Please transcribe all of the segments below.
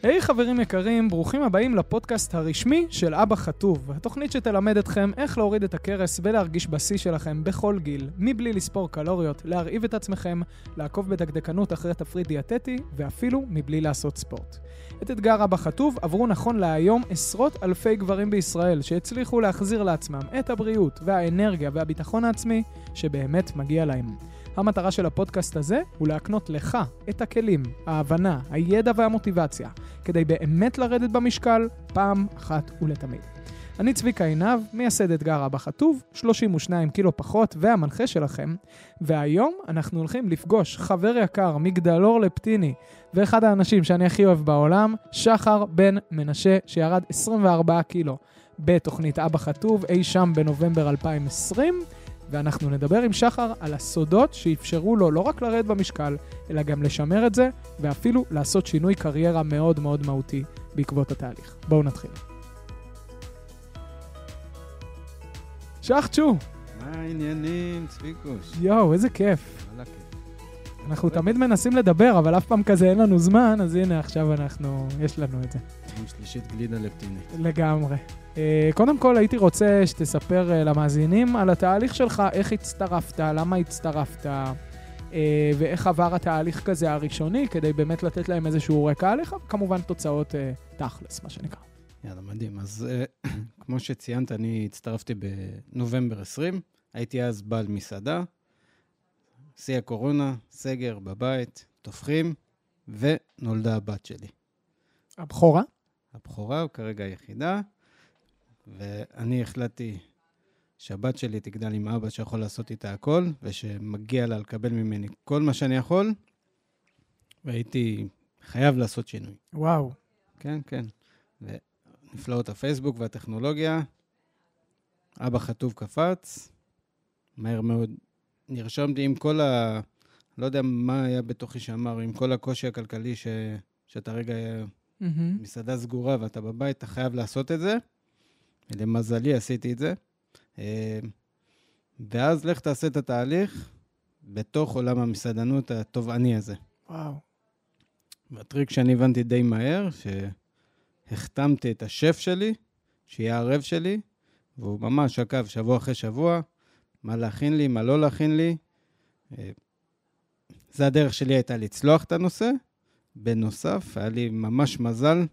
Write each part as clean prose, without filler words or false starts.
היי חברים יקרים, ברוכים הבאים לפודקאסט הרשמי של אבא חטוב, התוכנית שתלמד אתכם איך להוריד את הקרס ולהרגיש בשיא שלכם בכל גיל, מבלי לספור קלוריות, להרעיב את עצמכם, לעקוב בדקדקנות אחרי תפריט דיאטטי, ואפילו מבלי לעשות ספורט. את אתגר אבא חטוב עברו נכון להיום עשרות אלפי גברים בישראל שהצליחו להחזיר לעצמם את הבריאות והאנרגיה והביטחון העצמי שבאמת מגיע להם. המטרה של הפודקאסט הזה הוא להקנות לך את הכלים, ההבנה, הידע והמוטיבציה, כדי באמת לרדת במשקל פעם אחת ולתמיד. אני צביקה עינב, מייסד אתגר אבא חטוב, 32 קילו פחות והמנחה שלכם, והיום אנחנו הולכים לפגוש חבר יקר מגדלור לפטיני, ואחד האנשים שאני הכי אוהב בעולם, שחר בן מנשה, שירד 24 קילו בתוכנית אבא חטוב, אי שם בנובמבר 2020, ואנחנו נדבר עם שחר על הסודות שאפשרו לו לא רק לרדת במשקל, אלא גם לשמר את זה, ואפילו לעשות שינוי קריירה מאוד מאוד מהותי בעקבות התהליך. בואו נתחיל. שחצ'ו! מה העניינים, צביקוש? יואו, איזה כיף. וואלה כיף. אנחנו תמיד מנסים לדבר, אבל אף פעם כזה אין לנו זמן, אז הנה עכשיו יש לנו את זה. פעם שלישית גלידה לפטינית. לגמרי. קודם כל הייתי רוצה שתספר למאזינים על התהליך שלך, איך הצטרפת, למה הצטרפת, ואיך עבר התהליך כזה הראשוני, כדי באמת לתת להם איזשהו רקע עליך, וכמובן תוצאות תכלס, מה שנקרא. יאללה, מדהים. אז כמו שציינת, אני הצטרפתי בנובמבר 20, הייתי אז בעל מסעדה, שיא הקורונה, סגר בבית, תופחים, ונולדה הבת שלי. הבכורה? הבכורה, כרגע היחידה, ואני החלטתי שהבת שלי תגדל עם אבא שיכול לעשות איתה הכל, ושמגיע לה לקבל ממני כל מה שאני יכול, והייתי חייב לעשות שינוי. וואו. כן, כן. ונפלאות הפייסבוק והטכנולוגיה, אבא חטוב קפץ, מהר מאוד נרשמתי עם כל לא יודע מה היה בתוכי שאמר, עם כל הקושי הכלכלי שאתה רגע מסעדה סגורה ואתה בבית, אתה חייב לעשות את זה. למזלי עשיתי את זה. ואז לך תעשה את התהליך בתוך עולם המסעדנות התובעני הזה. וואו. והטריק שאני הבנתי די מהר, שהחתמתי את השף שלי, שיהיה הערב שלי, והוא ממש עקב שבוע אחרי שבוע, מה להכין לי, מה לא להכין לי. זה הדרך שלי הייתה לצלוח את הנושא. בנוסף, היה לי ממש מזל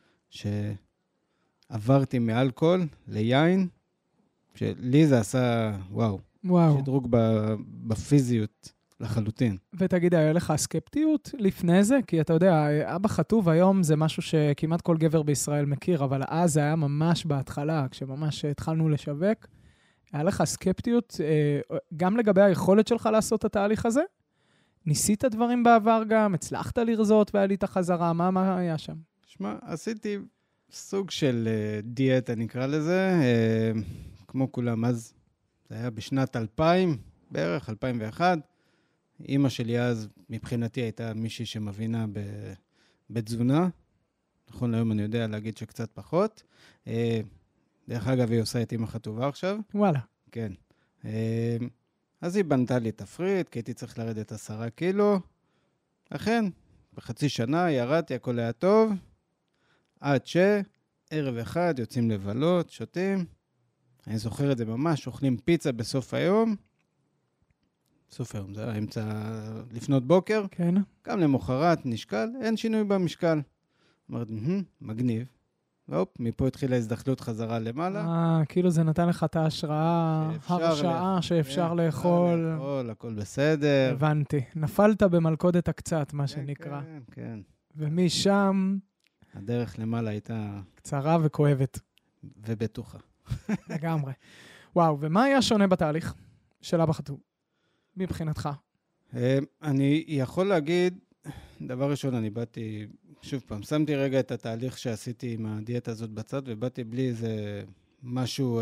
שעברתי מאלכוהול ליין, שלי זה עשה, וואו. שדרוג בפיזיות לחלוטין. ותגיד, היה לך סקפטיות לפני זה? כי אתה יודע, אבא חטוב היום זה משהו שכמעט כל גבר בישראל מכיר, אבל אז זה היה ממש בהתחלה, כשממש התחלנו לשווק. היה לך סקפטיות גם לגבי היכולת שלך לעשות את התהליך הזה? ניסית דברים בעבר גם? הצלחת לרזות ועלית חזרה? מה היה שם? שמע, עשיתי סוג של דיאטה נקרא לזה, כמו כולם. אז זה היה בשנת 2000, בערך 2001. אמא שלי אז מבחינתי הייתה מישהי שמבינה בתזונה. נכון להיום אני יודע להגיד שקצת פחות. דרך אגב, היא עושה את אמא חטובה עכשיו. וואלה. כן. אז היא בנתה לי תפריט, כי הייתי צריך לרדת 10 קילו. אכן, בחצי שנה ירדתי, הכל היה טוב. עד שערב אחד יוצאים לבלות, שותים. אני זוכר את זה ממש, אוכלים פיצה בסוף היום. סוף היום, זה היה אמצע לפנות בוקר. כן. גם למחרת נשקל, אין שינוי במשקל. אמרתי, מגניב. והופ, מפה התחילה הזדחלות חזרה למעלה. כאילו זה נתן לך את ההשראה, הרשאה שאפשר לאכול. הכל בסדר. הבנתי. נפלת במלכודת הקצת, מה שנקרא. כן, כן. ומשם... הדרך למעלה הייתה... קצרה וכואבת. ובטוחה. לגמרי. וואו, ומה היה שונה בתהליך של אבא חטוב? מבחינתך. אני יכול להגיד, דבר ראשון, אני באתי... שוב פעם, שמתי רגע את התהליך שעשיתי עם הדיאטה הזאת בצד, ובאתי בלי איזה משהו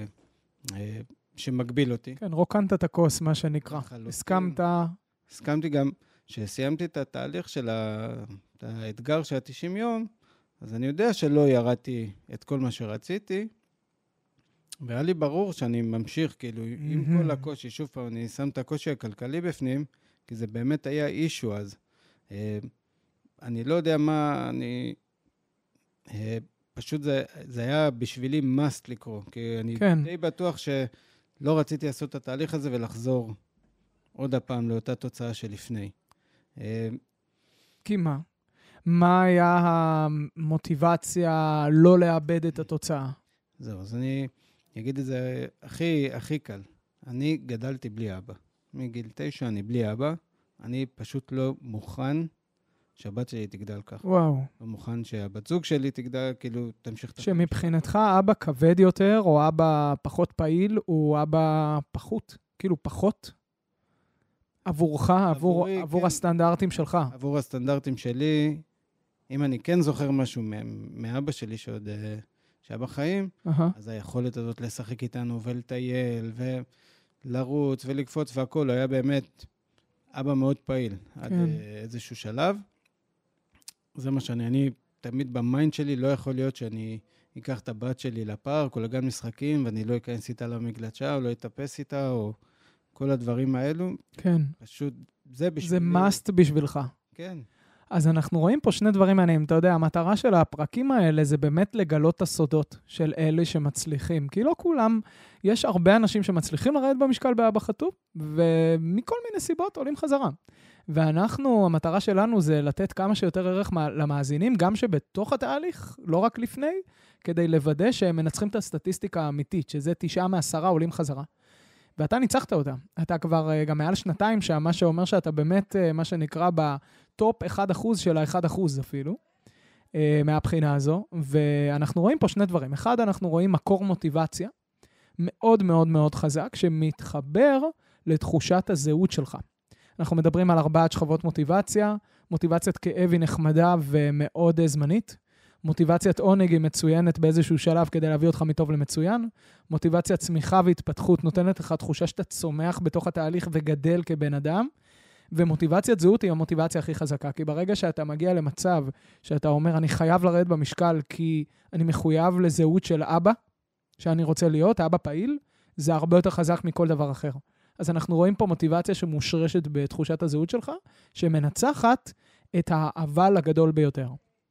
שמגביל אותי. כן, רוקנת את הכוס, מה שנקרא. הסכמת. הסכמתי גם שסיימתי את התהליך של האתגר של 90 יום, אז אני יודע שלא ירדתי את כל מה שרציתי, והיה לי ברור שאני ממשיך, כאילו, עם כל הקושי, שוב פעם, אני שם את הקושי הכלכלי בפנים, כי זה באמת היה אישו אז. אני לא יודע מה, אני פשוט זה היה בשבילי must לקרוא, כי אני כן. די בטוח שלא רציתי לעשות את התהליך הזה ולחזור עוד הפעם לאותה תוצאה שלפני. כי מה? מה היה המוטיבציה לא לאבד את התוצאה? זהו, אז אני אגיד את זה הכי קל. אני גדלתי בלי אבא. מגיל 9 אני בלי אבא. אני פשוט לא מוכן שהבת שלי תגדל ככה. וואו. לא מוכן שהבת זוג שלי תגדל, כאילו, תמשיך את החיים. שמבחינתך אבא כבד יותר, או אבא פחות פעיל, הוא אבא פחות, כאילו פחות? עבורך, עבור הסטנדרטים שלך. עבור הסטנדרטים שלי, אם אני כן זוכר משהו מאבא שלי שעוד שהיה בחיים, אז היכולת הזאת לשחק איתנו ולטייל ולרוץ ולקפוץ והכל, היה באמת אבא מאוד פעיל עד איזשהו שלב. זה מה אני תמיד במיינד שלי, לא יכול להיות שאני אקח את הבת שלי לפארק או לגן משחקים, ואני לא אכנס איתה למגלשה או לא אטפס איתה או כל הדברים האלו. כן. פשוט זה בשבילי. זה must בשבילך. כן. אז אנחנו רואים פה שני דברים מעניינים. אתה יודע, המטרה של הפרקים האלה זה באמת לגלות את הסודות של אלה שמצליחים. כי לא כולם, יש הרבה אנשים שמצליחים לרדת במשקל באבא חטוב, ומכל מיני סיבות עולים חזרה. ואנחנו, המטרה שלנו זה לתת כמה שיותר ערך למאזינים, גם שבתוך התהליך, לא רק לפני, כדי לוודא שהם מנצחים את הסטטיסטיקה האמיתית, שזה 9 מ-10 עולים חזרה. ואתה ניצחת אותה. אתה כבר גם מעל 2 שם, מה שאומר שאתה באמת, מה שנקרא בטופ 1% של ה-1% אפילו, מהבחינה הזו. ואנחנו רואים פה שני דברים. אחד, אנחנו רואים מקור מוטיבציה, מאוד מאוד מאוד חזק, שמתחבר לתחושת הזהות שלך. אנחנו מדברים על 4 שכבות מוטיבציה. מוטיבציית כאב היא נחמדה ומאוד זמנית. מוטיבציית עונג היא מצוינת באיזשהו שלב כדי להביא אותך מטוב למצוין. מוטיבציית צמיחה והתפתחות נותנת לך תחושה שאתה צומח בתוך התהליך וגדל כבן אדם. ומוטיבציית זהות היא המוטיבציה הכי חזקה. כי ברגע שאתה מגיע למצב שאתה אומר, אני חייב לרדת במשקל כי אני מחויב לזהות של אבא, שאני רוצה להיות, אבא פעיל, זה הרבה יותר חזק מכל דבר אחר. אז אנחנו רואים פה מוטיבציה שמושרשת בתחושת הזהות שלך, שמנצחת את האבל הגדול ביותר.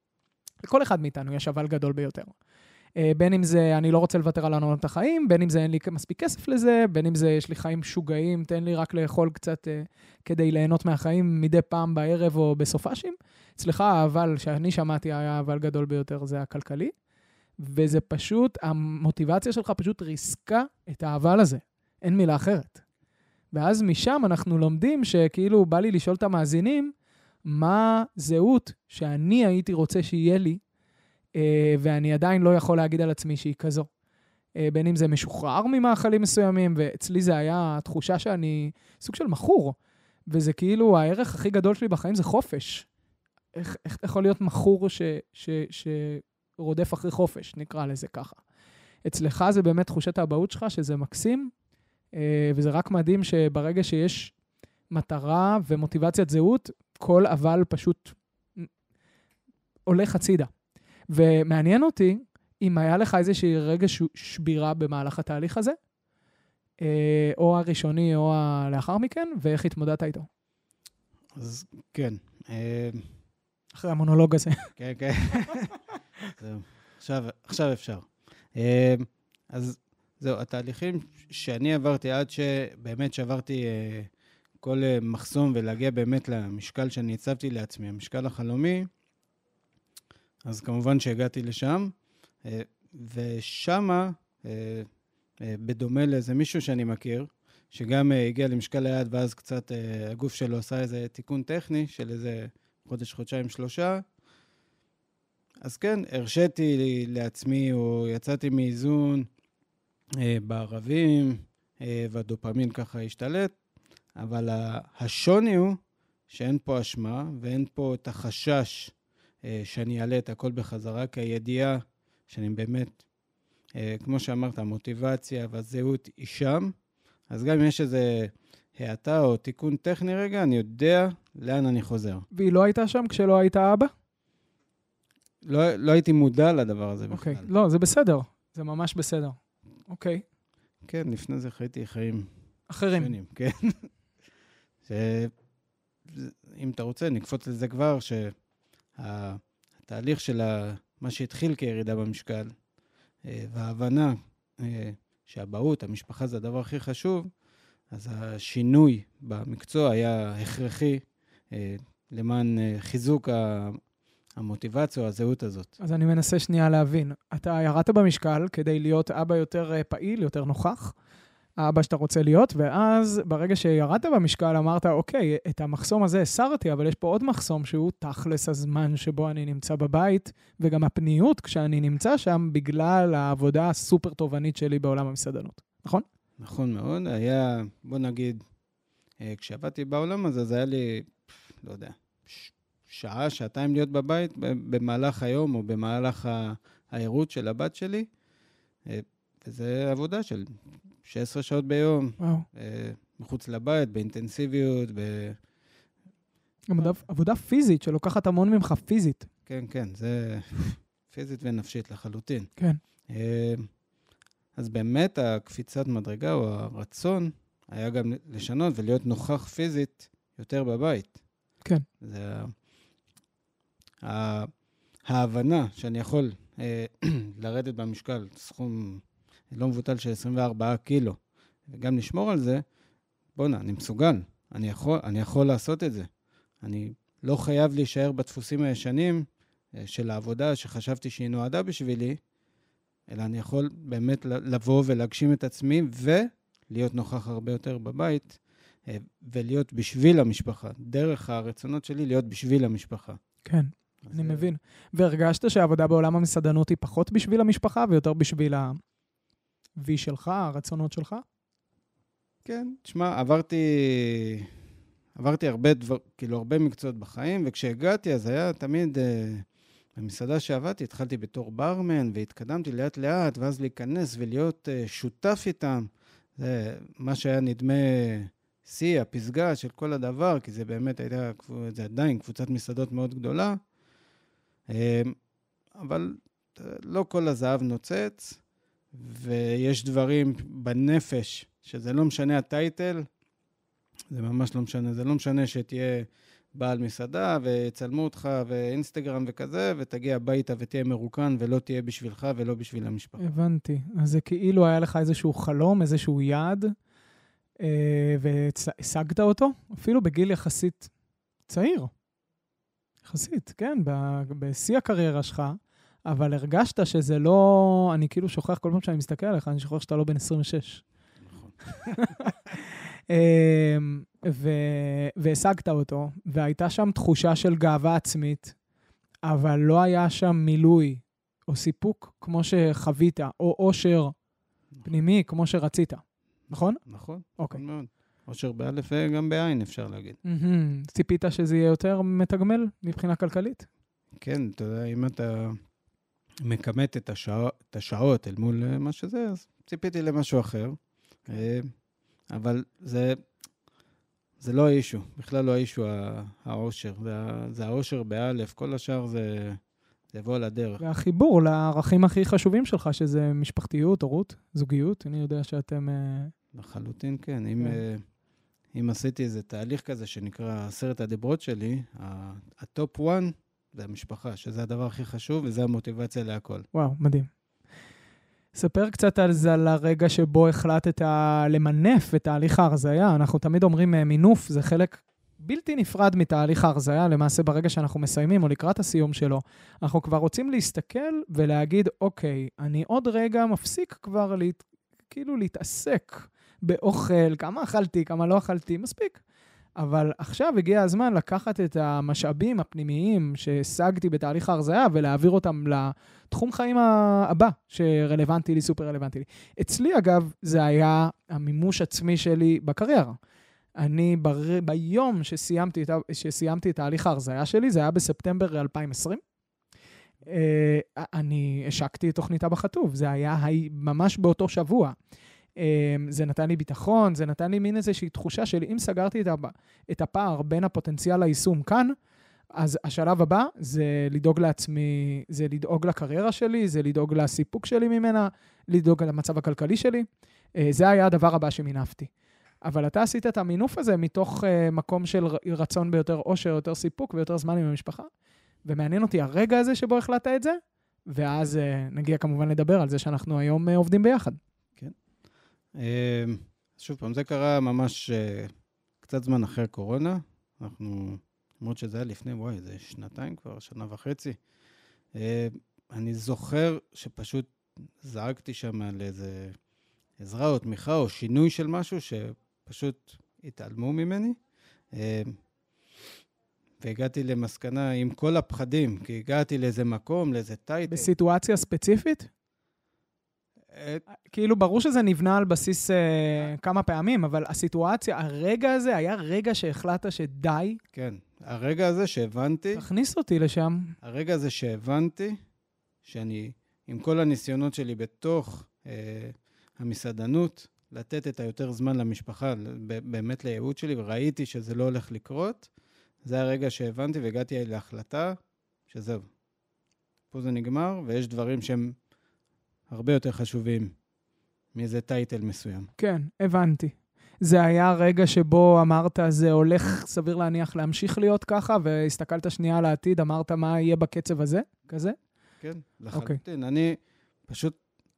לכל אחד מאיתנו יש אבל גדול ביותר. בין אם זה אני לא רוצה לוותר על עונות החיים, בין אם זה אין לי מספיק כסף לזה, בין אם זה יש לי חיים שוגעים, תן לי רק לאכול קצת כדי ליהנות מהחיים מדי פעם בערב או בסופשים. אצלך האבל שאני שמעתי היה האבל גדול ביותר, זה הכלכלי, וזה פשוט, המוטיבציה שלך פשוט ריסקה את האבל הזה. אין מילה אחרת. ואז משם אנחנו לומדים שכאילו בא לי לשאול את המאזינים, מה זהות שאני הייתי רוצה שיהיה לי, ואני עדיין לא יכול להגיד על עצמי שהיא כזו. בין אם זה משוחרר ממאכלים מסוימים, ואצלי זה היה התחושה שאני סוג של מכור, וזה כאילו הערך הכי גדול שלי בחיים זה חופש. איך יכול להיות מכור שרודף אחרי חופש, נקרא לזה ככה. אצלך זה באמת תחושת האבהות שלך, שזה מקסים, וזה רק מדהים שברגע שיש מטרה ומוטיבציית זהות, כל אבל פשוט הולך הצידה. ומעניין אותי אם היה לך איזושהי רגע שבירה במהלך התהליך הזה, או הראשוני או לאחר מכן, ואיך התמודדת איתו. אז כן. אחרי המונולוג הזה. כן, כן. עכשיו אפשר. אז זהו, התהליכים שאני עברתי עד שבאמת שעברתי כל מחסום ולהגיע באמת למשקל שאני הצבתי לעצמי, המשקל החלומי, אז כמובן שהגעתי לשם, ושמה, בדומה לאיזה מישהו שאני מכיר, שגם הגיע למשקל היעד, ואז קצת הגוף שלו עשה איזה תיקון טכני של איזה חודש, חודשיים, 3, אז כן, הרשיתי לעצמי, או יצאתי מאיזון בערבים, והדופמין ככה השתלט, אבל השוני הוא שאין פה אשמה, ואין פה את החשש שאני אעלה את הכל בחזרה, כי הידיעה שאני באמת, כמו שאמרת, המוטיבציה והזהות היא שם, אז גם אם יש איזה העתה או תיקון טכני רגע, אני יודע לאן אני חוזר. והיא לא הייתה שם כשלא הייתה אבא? לא הייתי מודע לדבר הזה בכלל. אוקיי, לא, זה בסדר. זה ממש בסדר. אוקיי. כן, לפני זה חייתי חיים אחרים. שונים, כן. אם אתה רוצה, נקפוץ לזה כבר, שהתהליך של מה שהתחיל כירידה במשקל, וההבנה שהאבהות, המשפחה זה הדבר הכי חשוב, אז השינוי במקצוע היה הכרחי למען חיזוק המוטיבציה או הזהות הזאת. אז אני מנסה שנייה להבין. אתה ירדת במשקל כדי להיות אבא יותר פעיל, יותר נוכח, האבא שאתה רוצה להיות, ואז ברגע שירדת במשקל אמרת, אוקיי, את המחסום הזה הסרתי, אבל יש פה עוד מחסום שהוא תכלס הזמן שבו אני נמצא בבית, וגם הפניות כשאני נמצא שם בגלל העבודה הסופר תובענית שלי בעולם המסעדנות. נכון? נכון מאוד. היה, בוא נגיד, כשעבדתי בעולם הזה, זה היה לי, לא יודע, שעה, שעתיים להיות בבית במהלך היום או במהלך העירות של הבת שלי, וזה עבודה של 16 שעות ביום, מחוץ לבית, באינטנסיביות, עבודה פיזית שלוקחת המון ממך פיזית. כן, כן, זה פיזית ונפשית לחלוטין. כן. אז באמת הקפיצת מדרגה או הרצון היה גם לשנות ולהיות נוכח פיזית יותר בבית. כן. זה ההבנה שאני יכול לרדת במשקל, סכום לא מבוטל של 24 קילו, וגם לשמור על זה, בונה, אני מסוגל, אני יכול לעשות את זה. אני לא חייב להישאר בדפוסים הישנים של העבודה שחשבתי שהיא נועדה בשבילי, אלא אני יכול באמת לבוא ולהגשים את עצמי ולהיות נוכח הרבה יותר בבית, ולהיות בשביל המשפחה. דרך הרצונות שלי להיות בשביל המשפחה. כן, אני מבין. והרגשת שהעבודה בעולם המסעדנות היא פחות בשביל המשפחה ויותר בשביל וי שלך, הרצונות שלך? כן, תשמע, עברתי הרבה מקצועות בחיים, וכשהגעתי אז היה תמיד, במסעדה שעבדתי, התחלתי בתור ברמן, והתקדמתי לאט לאט, ואז להיכנס ולהיות שותף איתם. זה מה שהיה נדמה שיא, הפסגה של כל הדבר, כי זה באמת זה עדיין קבוצת מסעדות מאוד גדולה, אבל לא כל הזהב נוצץ, ויש דברים בנפש, שזה לא משנה הטייטל, זה ממש לא משנה, זה לא משנה שתהיה בעל מסעדה, ויצלמו אותך, ואינסטגרם וכזה, ותגיע הביתה ותהיה מרוקן, ולא תהיה בשבילך ולא בשביל המשפחה. הבנתי. אז זה כאילו היה לך איזשהו חלום, איזשהו יעד, והשגת אותו, אפילו בגיל יחסית צעיר. יחסית, כן, בשיא הקריירה שלך, אבל הרגשת שזה לא, אני כאילו שוכח כל פעם שאני מסתכל עליך, אני שוכח שאתה לא בן 26. נכון. והשגת אותו, והייתה שם תחושה של גאווה עצמית, אבל לא היה שם מילוי או סיפוק כמו שחווית, או אושר פנימי כמו שרצית. נכון? נכון. אוקיי. מאוד. אושר באלף וגם בעין אפשר להגיד. ציפית שזה יהיה יותר מתגמל מבחינה כלכלית? כן, אתה יודע, אם אתה מקמת את השעות אל מול מה שזה, אז ציפיתי למשהו אחר. אבל זה לא האישו, בכלל לא האישו האושר. זה האושר באלף, כל השאר זה יבוא על הדרך. והחיבור לערכים הכי חשובים שלך, שזה משפחתיות, הורות, זוגיות, אני יודע שאתם... לחלוטין כן, אם עשיתי איזה תהליך כזה שנקרא 10 הדיברות שלי, הטופ 1 זה המשפחה, שזה הדבר הכי חשוב, וזה המוטיבציה להכל. וואו, מדהים. ספר קצת על זה, על הרגע שבו החלטת למנף את תהליך ההרזיה. אנחנו תמיד אומרים מינוף, זה חלק בלתי נפרד מתהליך ההרזיה, למעשה ברגע שאנחנו מסיימים או לקראת הסיום שלו, אנחנו כבר רוצים להסתכל ולהגיד, אוקיי, אני עוד רגע מפסיק כבר כאילו להתעסק באוכל, כמה אכלתי, כמה לא אכלתי, מספיק. אבל עכשיו הגיע הזמן לקחת את המשאבים הפנימיים שהשגתי בתהליך ההרזיה ולהעביר אותם לתחום חיים הבא שרלוונטי לי, סופר רלוונטי לי. אצלי אגב זה היה המימוש עצמי שלי בקריירה. אני ביום שסיימתי את תהליך ההרזיה שלי, זה היה בספטמבר 2020, אני השקתי את תוכנית אבא חטוב, זה היה ממש באותו שבוע. זה נתן לי ביטחון, זה נתן לי מין איזושהי תחושה של אם סגרתי את הפער בין הפוטנציאל ליישום כאן, אז השלב הבא זה לדאוג לעצמי, זה לדאוג לקריירה שלי, זה לדאוג לסיפוק שלי ממנה, לדאוג למצב הכלכלי שלי. זה היה הדבר הבא שמינפתי. אבל אתה עשית את המינוף הזה מתוך מקום של רצון ביותר אושר, יותר סיפוק ויותר זמן עם המשפחה, ומעניין אותי הרגע הזה שבו החלטת את זה, ואז נגיע כמובן לדבר על זה שאנחנו היום עובדים ביחד. שוב פעם, זה קרה ממש קצת זמן אחרי הקורונה. אנחנו, למרות שזה היה לפני, זה 2 כבר, 1.5 שנה. אני זוכר שפשוט זעקתי שם על איזה עזרה או תמיכה או שינוי של משהו שפשוט התעלמו ממני. והגעתי למסקנה עם כל הפחדים, כי הגעתי לאיזה מקום, לאיזה טייטל. בסיטואציה ספציפית? כאילו ברור שזה נבנה על בסיס כמה פעמים, אבל הסיטואציה, הרגע הזה היה רגע שהחלטת שדי. כן, הרגע הזה שהבנתי. תכניס אותי לשם. הרגע הזה שהבנתי, שאני עם כל הניסיונות שלי בתוך המסעדנות, לתת את היותר זמן למשפחה, באמת לייעוד שלי, וראיתי שזה לא הולך לקרות, זה הרגע שהבנתי והגעתי להחלטה שזהו. פה זה נגמר, ויש דברים שהם הרבה יותר חשובים מאיזה טייטל מסוים. כן, הבנתי. זה היה רגע שבו אמרת, זה הולך סביר להניח להמשיך להיות ככה, והסתכלת שנייה על העתיד, אמרת מה יהיה בקצב הזה, כזה? כן, לחלוטין. אני פשוט,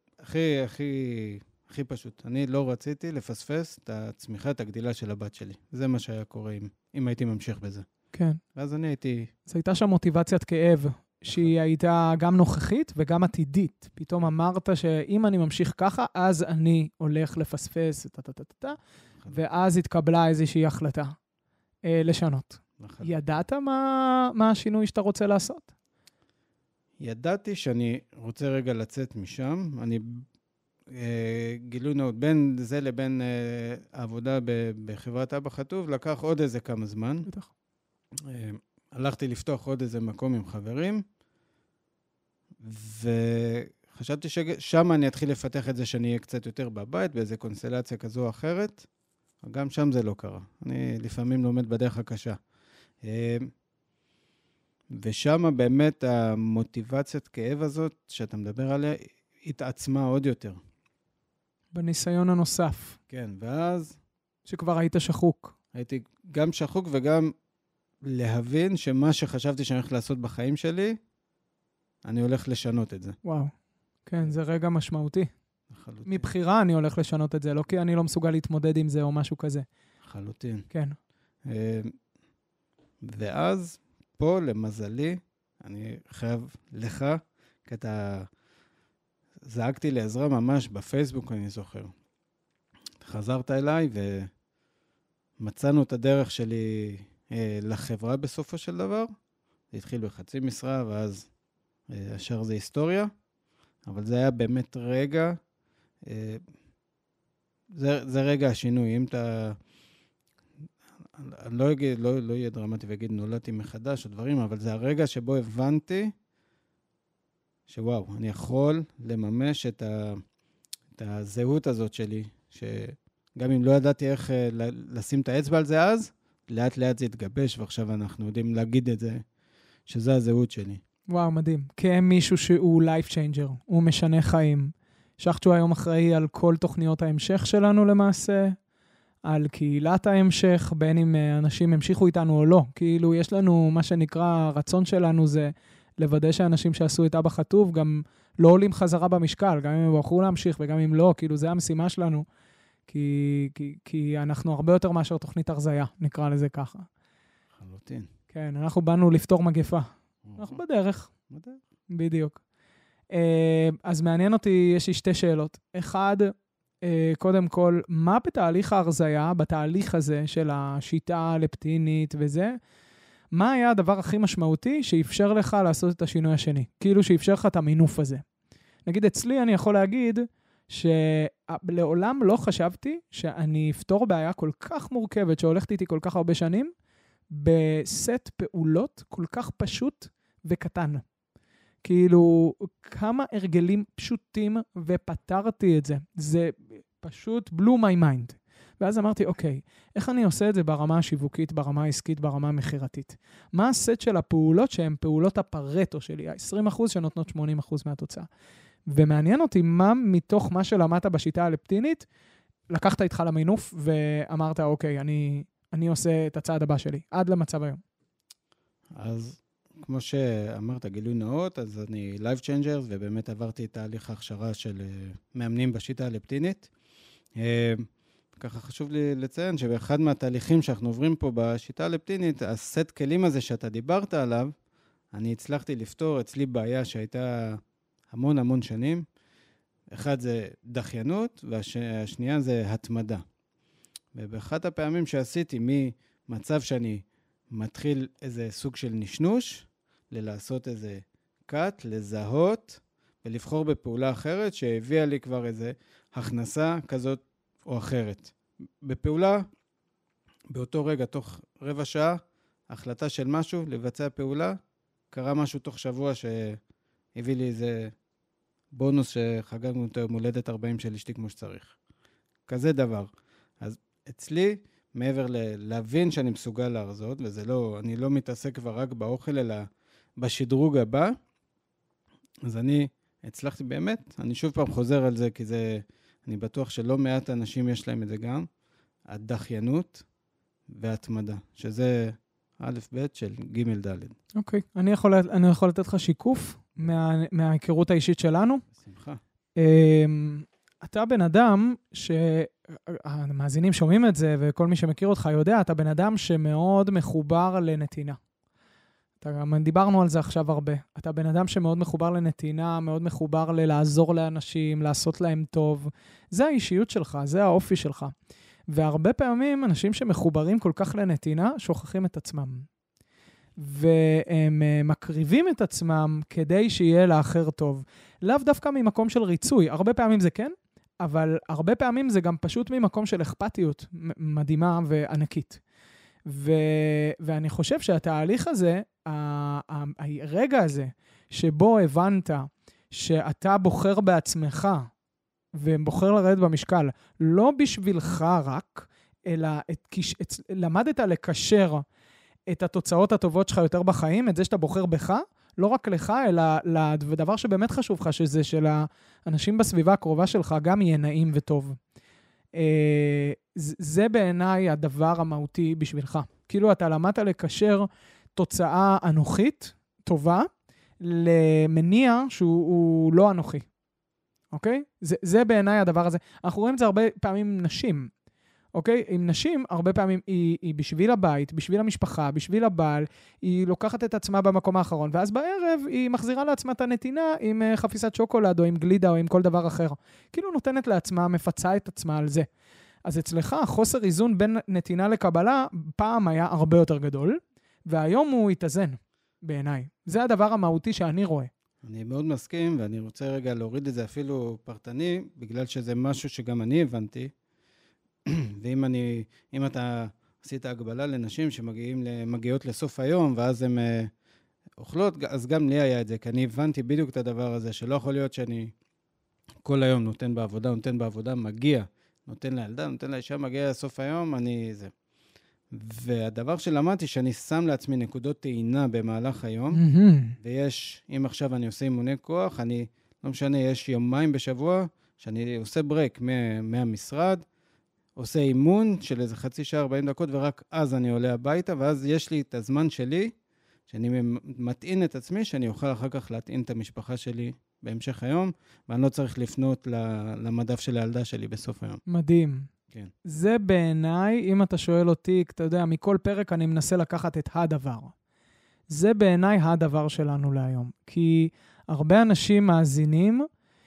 הכי פשוט. אני לא רציתי לפספס את הצמיחה, את הגדילה של הבת שלי. זה מה שהיה קורה אם הייתי ממשיך בזה. כן. ואז אני הייתי... זו הייתה שם מוטיבציית כאב, שהיא הייתה גם נוכחית וגם עתידית. פתאום אמרת שאם אני ממשיך ככה, אז אני הולך לפספס, ואז התקבלה איזושהי החלטה לשנות. ידעת מה השינוי שאתה רוצה לעשות? ידעתי שאני רוצה רגע לצאת משם. אני גילוי נאות, בין זה לבין העבודה בחברת אבא חטוב, לקח עוד איזה כמה זמן. בטח. הלכתי לפתוח עוד איזה מקום עם חברים, וחשבתי ששם אני אתחיל לפתח את זה שאני אהיה קצת יותר בבית, באיזה קונסטלציה כזו או אחרת, גם שם זה לא קרה. אני לפעמים לומד בדרך הקשה. ושם באמת המוטיבציית כאב הזאת, שאתה מדבר עליה, התעצמה עוד יותר. בניסיון הנוסף. כן, ואז... שכבר היית שחוק. הייתי גם שחוק וגם להבין שמה שחשבתי שאני הולך לעשות בחיים שלי, אני הולך לשנות את זה. וואו. כן, זה רגע משמעותי. לחלוטין. מבחירה אני הולך לשנות את זה, לא כי אני לא מסוגל להתמודד עם זה או משהו כזה. לחלוטין. כן. ואז פה, למזלי, אני חייב לך, כי אתה זעקתי לעזרה ממש בפייסבוק, אני זוכר. חזרת אליי ומצאנו את הדרך שלי לחברה בסופו של דבר. זה התחיל בחצי משרה, ואז השאר זה היסטוריה. אבל זה היה באמת רגע, זה רגע השינוי. אם אתה, אני לא יהיה דרמטי ויגיד נולדתי מחדש או דברים, אבל זה הרגע שבו הבנתי שוואו, אני יכול לממש את הזהות הזאת שלי, שגם אם לא ידעתי איך לשים את האצבע על זה אז, לאט לאט זה התגבש, ועכשיו אנחנו יודעים להגיד את זה, שזה הזהות שלי. וואו, מדהים. כמישהו שהוא life changer, הוא משנה חיים. שחצ'ו היום אחראי על כל תוכניות ההמשך שלנו למעשה, על קהילת ההמשך, בין אם אנשים המשיכו איתנו או לא. כאילו, יש לנו, מה שנקרא, הרצון שלנו זה לוודא שאנשים שעשו את אבא חטוב גם לא עולים חזרה במשקל, גם אם הם בחרו להמשיך וגם אם לא, כאילו, זה המשימה שלנו. כי אנחנו הרבה יותר מאשר תוכנית הרזיה, נקרא לזה ככה. חלוטין. כן, אנחנו באנו לפתור מגפה. אנחנו בדרך. בדיוק. אז מעניין אותי, יש לי 2 שאלות. אחד, קודם כל, מה בתהליך ההרזיה, בתהליך הזה של השיטה הלפטינית וזה, מה היה הדבר הכי משמעותי שאפשר לך לעשות את השינוי השני? כאילו שאפשר לך את המינוף הזה. נגיד, אצלי אני יכול להגיד שלעולם לא חשבתי שאני אפתור בעיה כל כך מורכבת שהולכת איתי כל כך הרבה שנים, בסט פעולות כל כך פשוט וקטן. כאילו, כמה הרגלים פשוטים ופתרתי את זה. זה פשוט blew my mind. ואז אמרתי, אוקיי, איך אני עושה את זה ברמה השיווקית, ברמה העסקית, ברמה המחירתית? מה הסט של הפעולות שהן פעולות הפרטו שלי, ה-20% שנותנות 80% מהתוצאה? ומעניין אותי מה מתוך מה שלמדת בשיטה הלפטינית, לקחת איתך למינוף ואמרת, אוקיי, אני עושה את הצעד הבא שלי, עד למצב היום. אז כמו שאמרת, גילוי נאות, אז אני Life Changers, ובאמת עברתי את תהליך ההכשרה של מאמנים בשיטה הלפטינית. ככה חשוב לי לציין שבאחד מהתהליכים שאנחנו עוברים פה בשיטה הלפטינית, הסט כלים הזה שאתה דיברת עליו, אני הצלחתי לפתור אצלי בעיה שהייתה המון שנים. אחד זה דחיינות, והשנייה זה התמדה. ובאחת הפעמים שעשיתי ממצב שאני מתחיל איזה סוג של נשנוש, ללעשות איזה קאט, לזהות, ולבחור בפעולה אחרת שהביאה לי כבר איזה הכנסה כזאת או אחרת. בפעולה, באותו רגע, תוך רבע שעה, החלטה של משהו, לבצע פעולה, קרה משהו תוך שבוע שהביא לי איזה בונוס שחגגנו אותו מולדת 40 של אשתי כמו שצריך. כזה דבר. אז אצלי, מעבר להבין שאני מסוגל להרזות, וזה לא, אני לא מתעסק כבר רק באוכל, אלא בשדרוג הבא, אז אני הצלחתי באמת, אני שוב פעם חוזר על זה, כי זה, אני בטוח שלא מעט אנשים יש להם את זה גם, הדחיינות והתמדה, שזה א' ב' של ג' ד'. אוקיי, אני יכול לתת לך שיקוף מההיכרות האישית שלנו. בשמחה. אתה בן אדם שהמאזינים שומעים את זה, וכל מי שמכיר אותך יודע, אתה בן אדם שמאוד מחובר לנתינה. גם דיברנו על זה עכשיו הרבה. אתה בן אדם שמאוד מחובר לנתינה, מאוד מחובר לעזור לאנשים, לעשות להם טוב. זה האישיות שלך, זה האופי שלך. והרבה פעמים אנשים שמחוברים כל כך לנתינה, שוכחים את עצמם. והם מקריבים את עצמם כדי שיהיה לאחר טוב. לאו דווקא ממקום של ריצוי. הרבה פעמים זה כן, אבל הרבה פעמים זה גם פשוט ממקום של אכפתיות מדהימה וענקית. ואני חושב שהתהליך הזה, הרגע הזה, שבו הבנת שאתה בוחר בעצמך, ובוחר לרדת במשקל, לא בשבילך רק, אלא למדת לקשר את התוצאות הטובות שלך יותר בחיים, את זה שאתה בוחר בך, לא רק לך, אלא לדבר שבאמת חשוב לך, שזה של האנשים בסביבה הקרובה שלך, גם יהיה נעים וטוב. זה בעיניי הדבר המהותי בשבילך. כאילו אתה למדת לקשר תוצאה אנוכית, טובה, למניע שהוא לא אנוכי. אוקיי? זה בעיניי הדבר הזה. אנחנו רואים את זה הרבה פעמים עם נשים. אוקיי? עם נשים, הרבה פעמים היא בשביל הבית, בשביל המשפחה, בשביל הבעל, היא לוקחת את עצמה במקום האחרון, ואז בערב היא מחזירה לעצמה את הנתינה עם חפיסת שוקולד, או עם גלידה, או עם כל דבר אחר. כאילו נותנת לעצמה, מפצה את עצמה על זה. אז אצלך, חוסר איזון בין נתינה לקבלה, פעם היה הרבה יותר גדול, והיום הוא התאזן, בעיניי. זה הדבר המהותי שאני רואה. אני מאוד מסכים, ואני רוצה רגע להוריד את זה אפילו פרטני, בגלל שזה משהו שגם אני הבנתי, ואם אתה עשית הגבלה לנשים שמגיעות לסוף היום, ואז הן אוכלות, אז גם לי היה את זה, כי אני הבנתי בדיוק את הדבר הזה, שלא יכול להיות שאני כל היום נותן בעבודה, מגיע, נותן לילדה, נותן לאישה, מגיע לסוף היום, זה. והדבר שלמדתי, שאני שם לעצמי נקודות טעינה במהלך היום, ויש, אם עכשיו אני עושה אימוני כוח, לא משנה, יש יומיים בשבוע, שאני עושה ברייק מהמשרד, עושה אימון של איזה חצי שעה, 40 דקות, ורק אז אני עולה הביתה, ואז יש לי את הזמן שלי, שאני מטעין את עצמי, שאני אוכל אחר כך להטעין את המשפחה שלי בהמשך היום, ואני לא צריך לפנות למדף של הילדה שלי בסוף היום. מדהים. כן. זה בעיניי, אם אתה שואל אותי, אתה יודע, מכל פרק אני מנסה לקחת את הדבר. זה בעיניי הדבר שלנו להיום. כי הרבה אנשים מאזינים,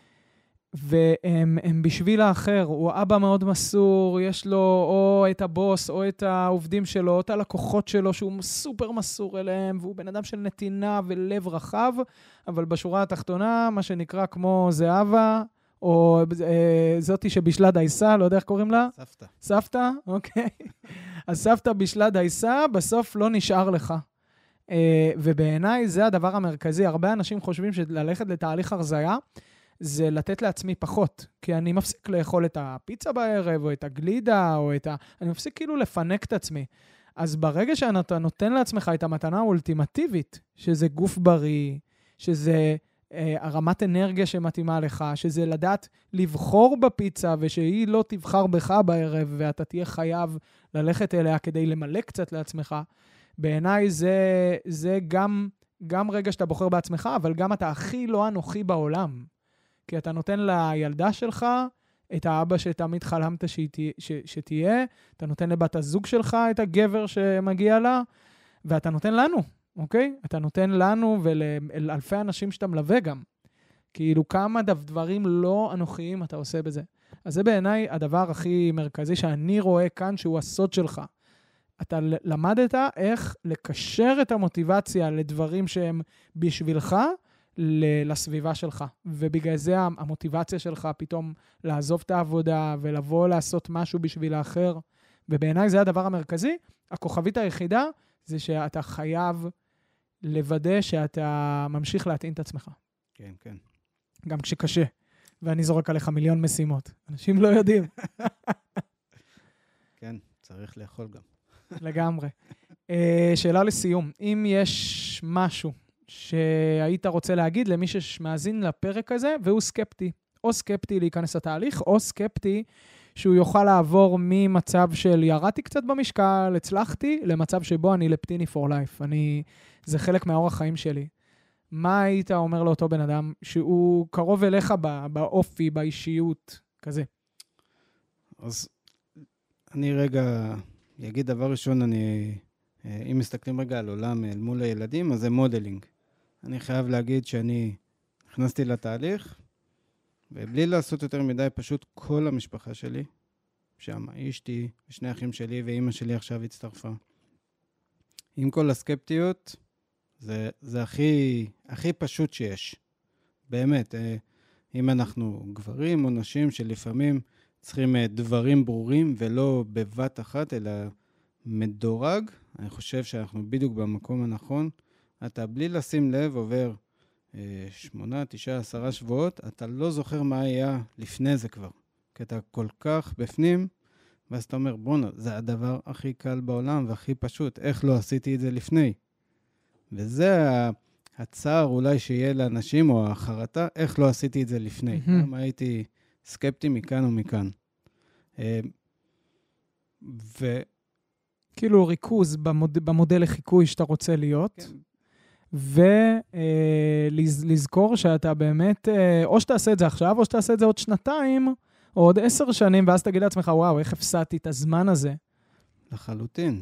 והם בשביל האחר, הוא אבא מאוד מסור, יש לו או את הבוס, או את העובדים שלו, או את הלקוחות שלו, שהוא סופר מסור אליהם, והוא בן אדם של נתינה ולב רחב, אבל בשורה התחתונה, מה שנקרא כמו זהבה, או זאתי שבשלה דייסה, לא יודע איך קוראים לה? סבתא. סבתא, אוקיי. אז סבתא בשלה דייסה, בסוף לא נשאר לך. ובעיניי זה הדבר המרכזי. הרבה אנשים חושבים שללכת לתהליך הרזיה, זה לתת לעצמי פחות, כי אני מפסיק לאכול את הפיצה בערב, או את הגלידה, אני מפסיק כאילו לפנק את עצמי. אז ברגע שאתה נותן לעצמך את המתנה האולטימטיבית, שזה גוף בריא, שזה הרמת אנרגיה שמתאימה לך, שזה לדעת לבחור בפיצה, ושהיא לא תבחר בך בערב, ואתה תהיה חייב ללכת אליה כדי למלא קצת לעצמך, בעיניי זה גם גם רגע שאתה בוחר בעצמך, אבל גם אתה הכי לא אנוכי בעולם. כי אתה נותן לילדה שלך את האבא שתמיד חלמת שתהיה, אתה נותן לבת הזוג שלך את הגבר שמגיע לה, ואתה נותן לנו, אוקיי? אתה נותן לנו ולאלפי אנשים שאתה מלווה גם. כאילו כמה דברים לא אנוכיים אתה עושה בזה. אז זה בעיניי הדבר הכי מרכזי שאני רואה כאן, שהוא הסוד שלך. אתה למדת איך לקשר את המוטיבציה לדברים שהם בשבילך, לסביבה שלך. ובגלל זה המוטיבציה שלך פתאום לעזוב את העבודה ולבוא לעשות משהו בשביל האחר. ובעיניי זה הדבר המרכזי. הכוכבית היחידה זה שאתה חייב לוודא שאתה ממשיך להתאים את עצמך. כן, כן. גם כשקשה. ואני זורק עליך מיליון משימות. אנשים לא יודעים. כן, צריך לאכול גם. לגמרי. שאלה לסיום. אם יש משהו שהיית רוצה להגיד למי שמאזין לפרק הזה, והוא סקפטי. או סקפטי להיכנס לתהליך, או סקפטי שהוא יוכל לעבור ממצב של ירדתי קצת במשקל, הצלחתי, למצב שבו אני לפטיני for life. זה חלק מהאורח חיים שלי. מה היית אומר לאותו בן אדם שהוא קרוב אליך באופי, באישיות, כזה? אז אני רגע אגיד דבר ראשון, אם מסתכלים רגע על עולם אל מול הילדים, אז זה מודלינג. אני חייב להגיד שאני נכנסתי לתהליך, ובלי לעשות יותר מדי, פשוט כל המשפחה שלי, שם אשתי, ושני אחים שלי ואמא שלי עכשיו הצטרפה. עם כל הסקפטיות, זה הכי פשוט שיש. באמת, אם אנחנו גברים או נשים שלפעמים צריכים דברים ברורים ולא בבת אחת, אלא מדורג, אני חושב שאנחנו בדיוק במקום הנכון. אתה בלי לשים לב עובר 8, 9, 10 שבועות, אתה לא זוכר מה היה לפני זה כבר. כי אתה כל כך בפנים, ואז אתה אומר, בונה, זה הדבר הכי קל בעולם והכי פשוט. איך לא עשיתי את זה לפני? וזה הצער אולי שיהיה לאנשים, או החרטה, איך לא עשיתי את זה לפני. למה הייתי סקפטי מכאן ומכאן. כאילו ריכוז במודל לחיקוי שאתה רוצה להיות. כן. ולזכור שאתה באמת, או שתעשה את זה עכשיו, או שתעשה את זה עוד 2 או עוד 10 שנים, ואז תגיד לעצמך, וואו, איך הפסעתי את הזמן הזה? לחלוטין.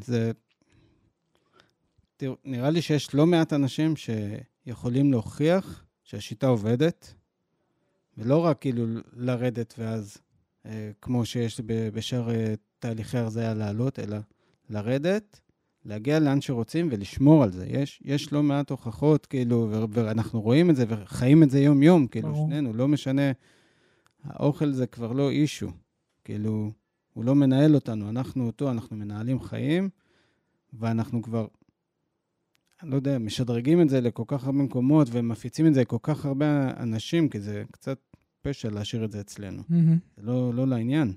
נראה לי שיש לא מעט אנשים שיכולים להוכיח שהשיטה עובדת, ולא רק כאילו לרדת ואז, כמו שיש בשאר תהליכי הרזיה לעלות, אלא לרדת, להגיע לאן שרוצים ולשמור על זה. יש לא מעט הוכחות, כאילו, ואנחנו רואים את זה וחיים את זה יום יום, כאילו, שנינו, לא משנה, האוכל זה כבר לא אישו, כאילו, הוא לא מנהל אותנו, אנחנו מנהלים חיים, ואנחנו כבר, אני לא יודע, משדרגים את זה לכל כך הרבה מקומות, ומפיצים את זה לכל כך הרבה אנשים, כי זה קצת פשע להשאיר את זה אצלנו. זה לא לעניין.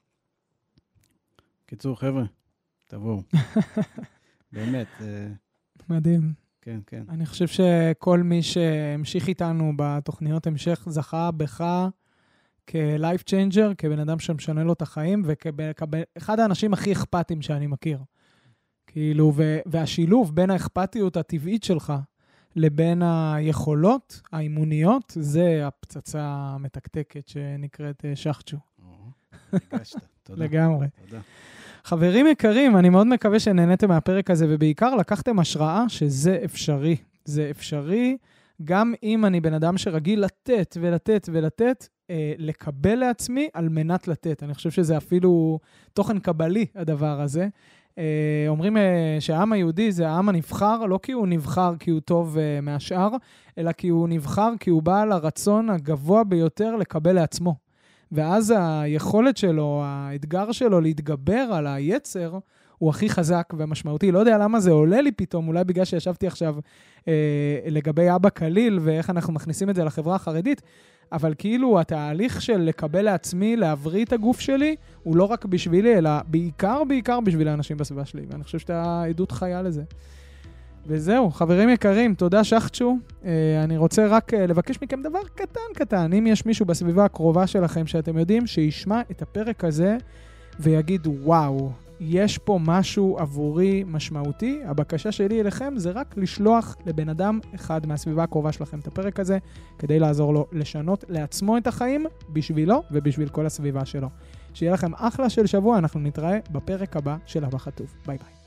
קיצור, חבר'ה, תבואו. באמת. מדהים. כן, כן. אני חושב שכל מי שהמשיך איתנו בתוכניות המשך זכה בך כ-life changer, כבן אדם שמשנה לו את החיים, וכאחד האנשים הכי אכפתיים שאני מכיר. כאילו, והשילוב בין האכפתיות הטבעית שלך לבין היכולות, האימוניות, זה הפצצה המתקתקת שנקראת שחצ'ו. הגשת, תודה. לגמרי. תודה. חברים יקרים, אני מאוד מקווה שנהניתם מהפרק הזה, ובעיקר לקחתם השראה שזה אפשרי. זה אפשרי, גם אם אני בן אדם שרגיל לתת ולתת ולתת, לקבל לעצמי על מנת לתת. אני חושב שזה אפילו תוכן קבלי, הדבר הזה. אומרים שהעם היהודי זה העם הנבחר, לא כי הוא נבחר כי הוא טוב מהשאר, אלא כי הוא נבחר כי הוא בעל הרצון הגבוה ביותר לקבל לעצמו. ואז היכולת שלו, האתגר שלו להתגבר על היצר, הוא הכי חזק ומשמעותי. לא יודע למה זה עולה לי פתאום, אולי בגלל שישבתי עכשיו לגבי אבא קליל, ואיך אנחנו מכניסים את זה לחברה החרדית, אבל כאילו התהליך של לקבל לעצמי, להבריא את הגוף שלי, הוא לא רק בשבילי, אלא בעיקר בשביל האנשים בסביבה שלי. ואני חושב שאתה עדות חיה לזה. וזהו, חברים יקרים, תודה שחצ'ו. אני רוצה רק לבקש מכם דבר קטן. אם יש מישהו בסביבה הקרובה שלכם שאתם יודעים, שישמע את הפרק הזה ויגיד, וואו, יש פה משהו עבורי משמעותי, הבקשה שלי אליכם זה רק לשלוח לבן אדם אחד מהסביבה הקרובה שלכם את הפרק הזה, כדי לעזור לו לשנות לעצמו את החיים, בשבילו ובשביל כל הסביבה שלו. שיהיה לכם אחלה של שבוע, אנחנו נתראה בפרק הבא של אבא חטוב. ביי ביי.